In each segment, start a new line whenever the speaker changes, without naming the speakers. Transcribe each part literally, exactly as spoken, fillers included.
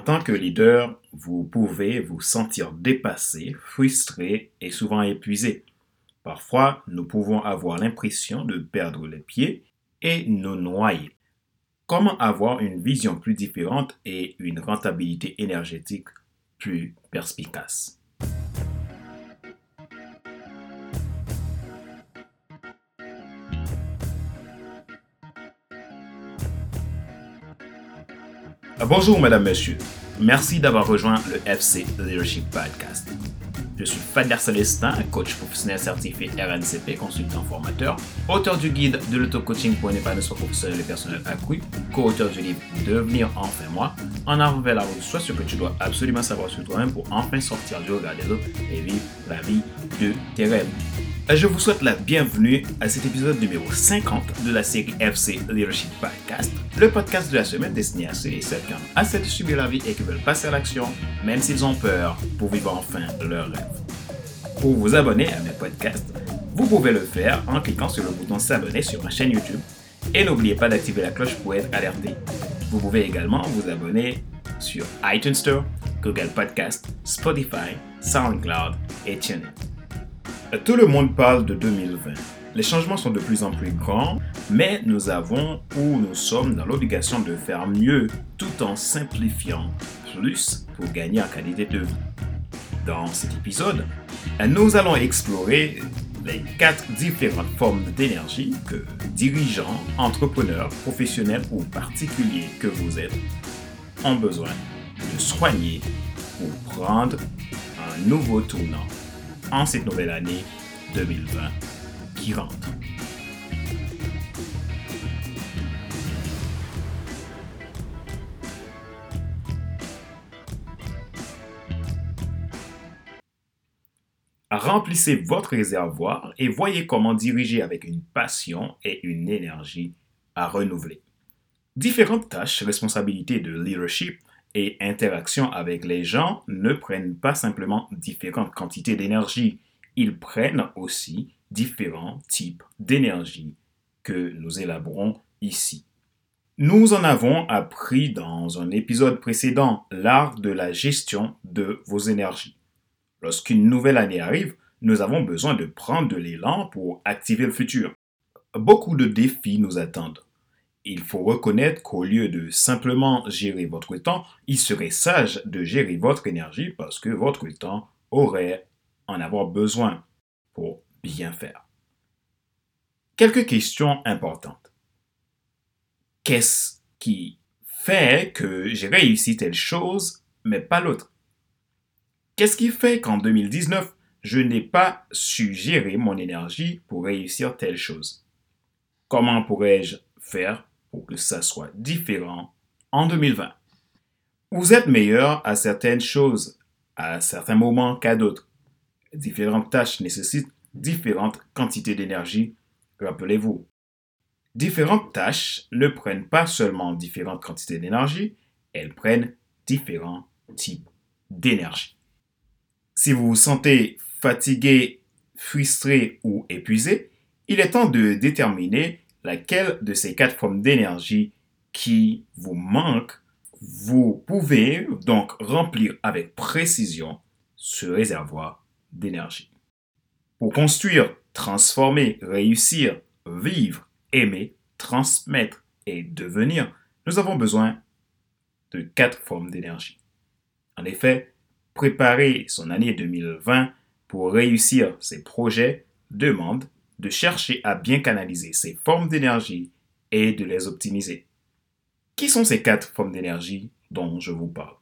tant que leader, vous pouvez vous sentir dépassé, frustré et souvent épuisé. Parfois, nous pouvons avoir l'impression de perdre les pieds et nous noyer. Comment avoir une vision plus différente et une rentabilité énergétique plus perspicace? Bonjour, Madame, Monsieur. Merci d'avoir rejoint le F C Leadership Podcast. Je suis Fadler Célestin, coach professionnel certifié R N C P, consultant formateur, auteur du guide de l'auto-coaching pour un épanouissement professionnel et personnel accru, co-auteur du livre Devenir enfin moi, en avant vers la route, soit ce que tu dois absolument savoir sur toi-même pour enfin sortir du regard des autres et vivre la vie de tes rêves. Je vous souhaite la bienvenue à cet épisode numéro cinquante de la série F C Leadership Podcast, le podcast de la semaine destiné à ceux et celles qui ont assez de subir la vie et qui veulent passer à l'action, même s'ils ont peur, pour vivre enfin leurs rêves. Pour vous abonner à mes podcasts, vous pouvez le faire en cliquant sur le bouton s'abonner sur ma chaîne YouTube et n'oubliez pas d'activer la cloche pour être alerté. Vous pouvez également vous abonner sur iTunes Store, Google Podcast, Spotify, SoundCloud et TuneIn. Tout le monde parle de deux mille vingt. Les changements sont de plus en plus grands, mais nous avons ou nous sommes dans l'obligation de faire mieux tout en simplifiant plus pour gagner en qualité de vie. Dans cet épisode, nous allons explorer les quatre différentes formes d'énergie que dirigeants, entrepreneurs, professionnels ou particuliers que vous êtes ont besoin de soigner pour prendre un nouveau tournant en cette nouvelle année deux mille vingt qui rentre. Remplissez votre réservoir et voyez comment diriger avec une passion et une énergie à renouveler. Différentes tâches, responsabilités de leadership et interactions avec les gens ne prennent pas simplement différentes quantités d'énergie, ils prennent aussi différents types d'énergie que nous élaborons ici. Nous en avons appris dans un épisode précédent, l'art de la gestion de vos énergies. Lorsqu'une nouvelle année arrive, nous avons besoin de prendre de l'élan pour activer le futur. Beaucoup de défis nous attendent. Il faut reconnaître qu'au lieu de simplement gérer votre temps, il serait sage de gérer votre énergie parce que votre temps aurait en avoir besoin pour bien faire. Quelques questions importantes. Qu'est-ce qui fait que j'ai réussi telle chose, mais pas l'autre? Qu'est-ce qui fait qu'en deux mille dix-neuf, je n'ai pas su gérer mon énergie pour réussir telle chose? Comment pourrais-je faire pour que ça soit différent en deux mille vingt? Vous êtes meilleur à certaines choses à certains moments qu'à d'autres. Différentes tâches nécessitent différentes quantités d'énergie, rappelez-vous. Différentes tâches ne prennent pas seulement différentes quantités d'énergie, elles prennent différents types d'énergie. Si vous vous sentez fatigué, frustré ou épuisé, il est temps de déterminer laquelle de ces quatre formes d'énergie qui vous manque. Vous pouvez donc remplir avec précision ce réservoir d'énergie. Pour construire, transformer, réussir, vivre, aimer, transmettre et devenir, nous avons besoin de quatre formes d'énergie. En effet, préparer son année deux mille vingt pour réussir ses projets demande de chercher à bien canaliser ces formes d'énergie et de les optimiser. Qui sont ces quatre formes d'énergie dont je vous parle?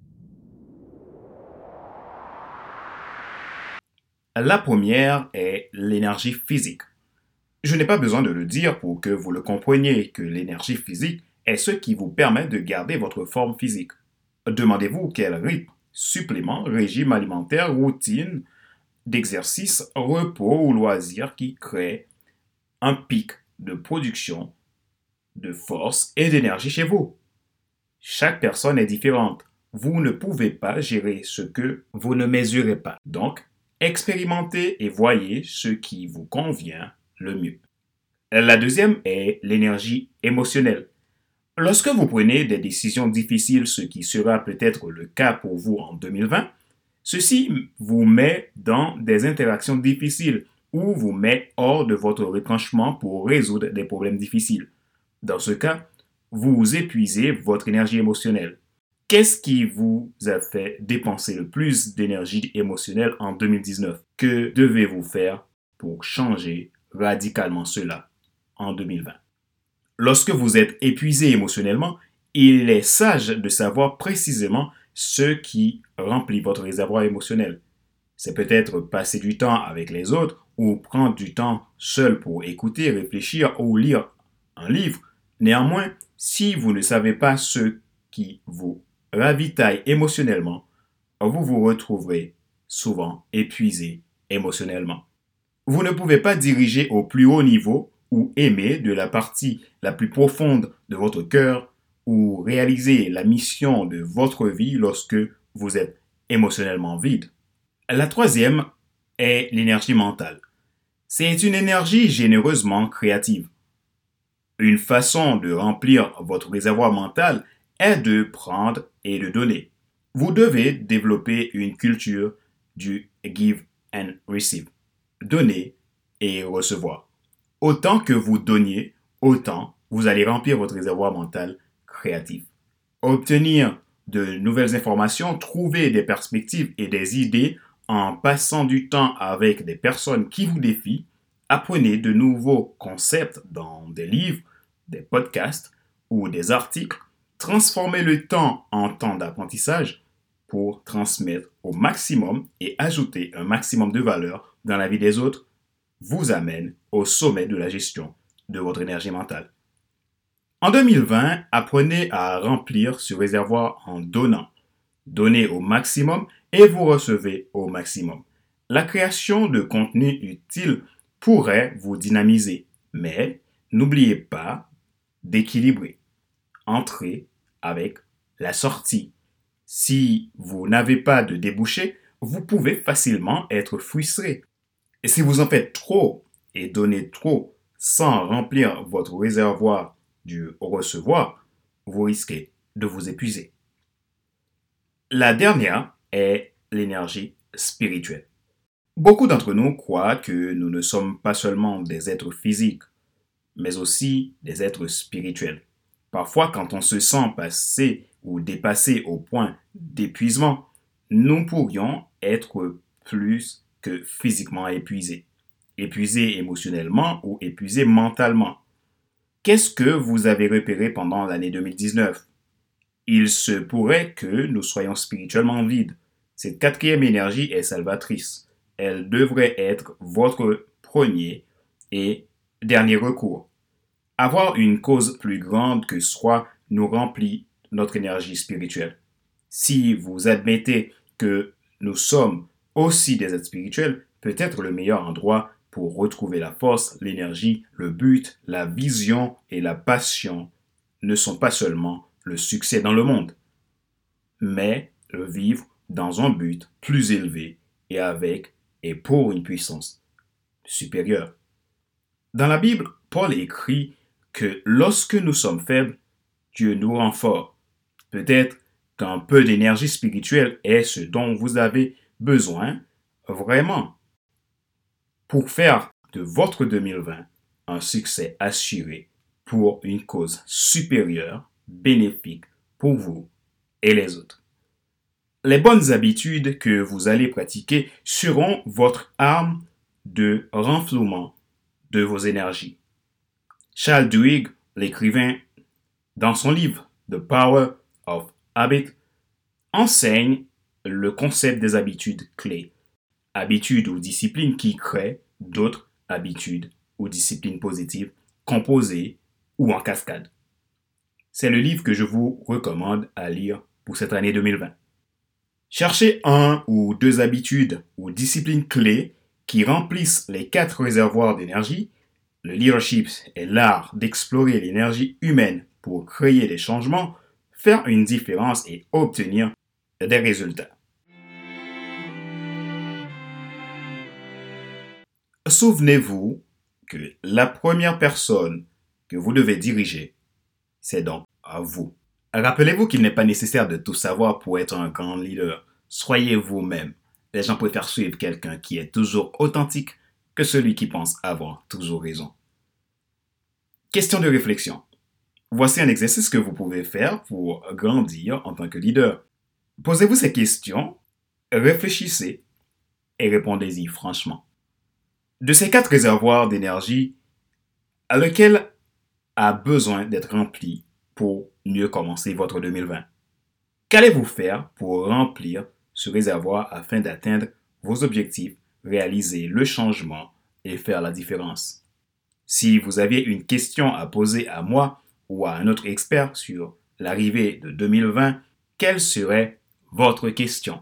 La première est l'énergie physique. Je n'ai pas besoin de le dire pour que vous le compreniez que l'énergie physique est ce qui vous permet de garder votre forme physique. Demandez-vous quel rythme, supplément, régime alimentaire, routine d'exercice, repos ou loisirs qui crée un pic de production de force et d'énergie chez vous. Chaque personne est différente. Vous ne pouvez pas gérer ce que vous ne mesurez pas. Donc, expérimentez et voyez ce qui vous convient le mieux. La deuxième est l'énergie émotionnelle. Lorsque vous prenez des décisions difficiles, ce qui sera peut-être le cas pour vous en deux mille vingt, ceci vous met dans des interactions difficiles ou vous met hors de votre retranchement pour résoudre des problèmes difficiles. Dans ce cas, vous épuisez votre énergie émotionnelle. Qu'est-ce qui vous a fait dépenser le plus d'énergie émotionnelle en deux mille dix-neuf? Que devez-vous faire pour changer radicalement cela en deux mille vingt? Lorsque vous êtes épuisé émotionnellement, il est sage de savoir précisément ce qui remplit votre réservoir émotionnel. C'est peut-être passer du temps avec les autres ou prendre du temps seul pour écouter, réfléchir ou lire un livre. Néanmoins, si vous ne savez pas ce qui vous ravitaille émotionnellement, vous vous retrouverez souvent épuisé émotionnellement. Vous ne pouvez pas diriger au plus haut niveau ou aimer de la partie la plus profonde de votre cœur ou réaliser la mission de votre vie lorsque vous êtes émotionnellement vide. La troisième est l'énergie mentale. C'est une énergie généreusement créative. Une façon de remplir votre réservoir mental est de prendre et de donner. Vous devez développer une culture du give and receive. Donner et recevoir. Autant que vous donniez, autant vous allez remplir votre réservoir mental créatif. Obtenir de nouvelles informations, trouver des perspectives et des idées en passant du temps avec des personnes qui vous défient, apprenez de nouveaux concepts dans des livres, des podcasts ou des articles, transformez le temps en temps d'apprentissage pour transmettre au maximum et ajouter un maximum de valeur dans la vie des autres, vous amène au sommet de la gestion de votre énergie mentale. En deux mille vingt, apprenez à remplir ce réservoir en donnant. Donnez au maximum et vous recevez au maximum. La création de contenu utile pourrait vous dynamiser, mais n'oubliez pas d'équilibrer. Entrez avec la sortie. Si vous n'avez pas de débouché, vous pouvez facilement être frustré. Et si vous en faites trop et donnez trop sans remplir votre réservoir du recevoir, vous risquez de vous épuiser. La dernière est l'énergie spirituelle. Beaucoup d'entre nous croient que nous ne sommes pas seulement des êtres physiques, mais aussi des êtres spirituels. Parfois, quand on se sent passé ou dépassé au point d'épuisement, nous pourrions être plus que physiquement épuisés. Épuisés émotionnellement ou épuisés mentalement. Qu'est-ce que vous avez repéré pendant l'année deux mille dix-neuf? Il se pourrait que nous soyons spirituellement vides. Cette quatrième énergie est salvatrice. Elle devrait être votre premier et dernier recours. Avoir une cause plus grande que soi nous remplit notre énergie spirituelle. Si vous admettez que nous sommes aussi des êtres spirituels, peut-être le meilleur endroit pour retrouver la force, l'énergie, le but, la vision et la passion ne sont pas seulement le succès dans le monde, mais le vivre dans un but plus élevé et avec et pour une puissance supérieure. Dans la Bible, Paul écrit que lorsque nous sommes faibles, Dieu nous rend forts. Peut-être qu'un peu d'énergie spirituelle est ce dont vous avez besoin vraiment pour faire de votre deux mille vingt un succès assuré pour une cause supérieure, bénéfique pour vous et les autres. Les bonnes habitudes que vous allez pratiquer seront votre arme de renflouement de vos énergies. Charles Duhigg, l'écrivain, dans son livre The Power of Habit, enseigne le concept des habitudes clés, habitudes ou disciplines qui créent d'autres habitudes ou disciplines positives composées ou en cascade. C'est le livre que je vous recommande à lire pour cette année deux mille vingt. Cherchez un ou deux habitudes ou disciplines clés qui remplissent les quatre réservoirs d'énergie. Le leadership est l'art d'explorer l'énergie humaine pour créer des changements, faire une différence et obtenir des résultats. Souvenez-vous que la première personne que vous devez diriger, c'est donc à vous. Rappelez-vous qu'il n'est pas nécessaire de tout savoir pour être un grand leader. Soyez vous-même. Les gens préfèrent suivre quelqu'un qui est toujours authentique que celui qui pense avoir toujours raison. Question de réflexion. Voici un exercice que vous pouvez faire pour grandir en tant que leader. Posez-vous ces questions, réfléchissez et répondez-y franchement. De ces quatre réservoirs d'énergie, lequel a besoin d'être rempli pour mieux commencer votre deux mille vingt? Qu'allez-vous faire pour remplir ce réservoir afin d'atteindre vos objectifs, réaliser le changement et faire la différence? Si vous aviez une question à poser à moi ou à un autre expert sur l'arrivée de deux mille vingt, quelle serait votre question?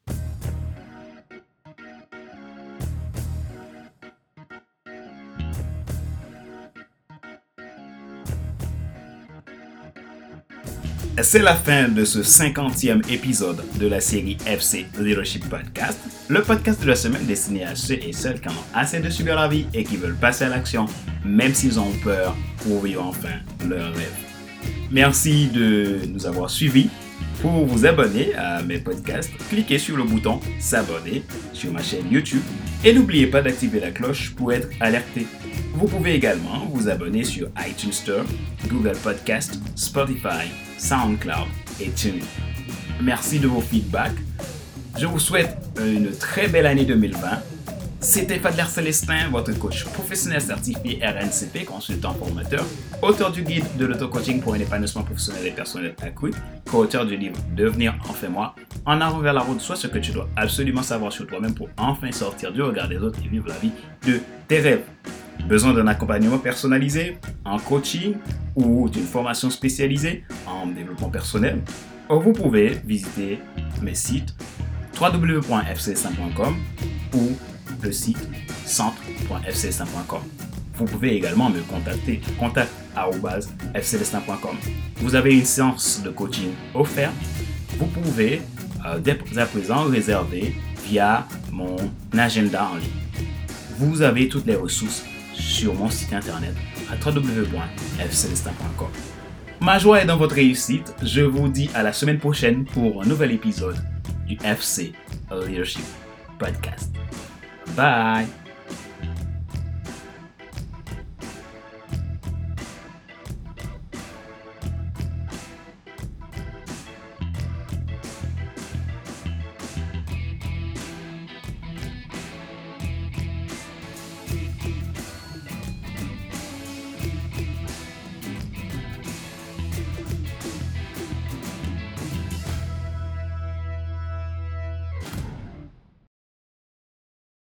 C'est la fin de ce cinquantième épisode de la série F C Leadership Podcast, le podcast de la semaine destiné à ceux et celles qui en ont assez de subir la vie et qui veulent passer à l'action, même s'ils ont peur, pour vivre enfin leur rêve. Merci de nous avoir suivis. Pour vous abonner à mes podcasts, cliquez sur le bouton s'abonner sur ma chaîne YouTube et n'oubliez pas d'activer la cloche pour être alerté. Vous pouvez également vous abonner sur iTunes Store, Google Podcast, Spotify, SoundCloud et TuneIn. Merci de vos feedbacks. Je vous souhaite une très belle année deux mille vingt. C'était Fadler Célestin, votre coach professionnel certifié R N C P, consultant formateur, auteur du guide de l'auto-coaching pour un épanouissement professionnel et personnel accru, co-auteur du livre Devenir enfin moi, en avant vers la route, soit ce que tu dois absolument savoir sur toi-même pour enfin sortir du regard des autres et vivre la vie de tes rêves. Besoin d'un accompagnement personnalisé, en coaching ou d'une formation spécialisée en développement personnel? Vous pouvez visiter mes sites w w w point f c cinq point com ou le site centre point f c cinq point com. Vous pouvez également me contacter contact arobase f c cinq point com. Vous avez une séance de coaching offerte. Vous pouvez euh, dès à présent réserver via mon agenda en ligne. Vous avez toutes les ressources sur mon site internet à w w w point f c cinq point com. Ma joie est dans votre réussite. Je vous dis à la semaine prochaine pour un nouvel épisode du F C Leadership Podcast. Bye!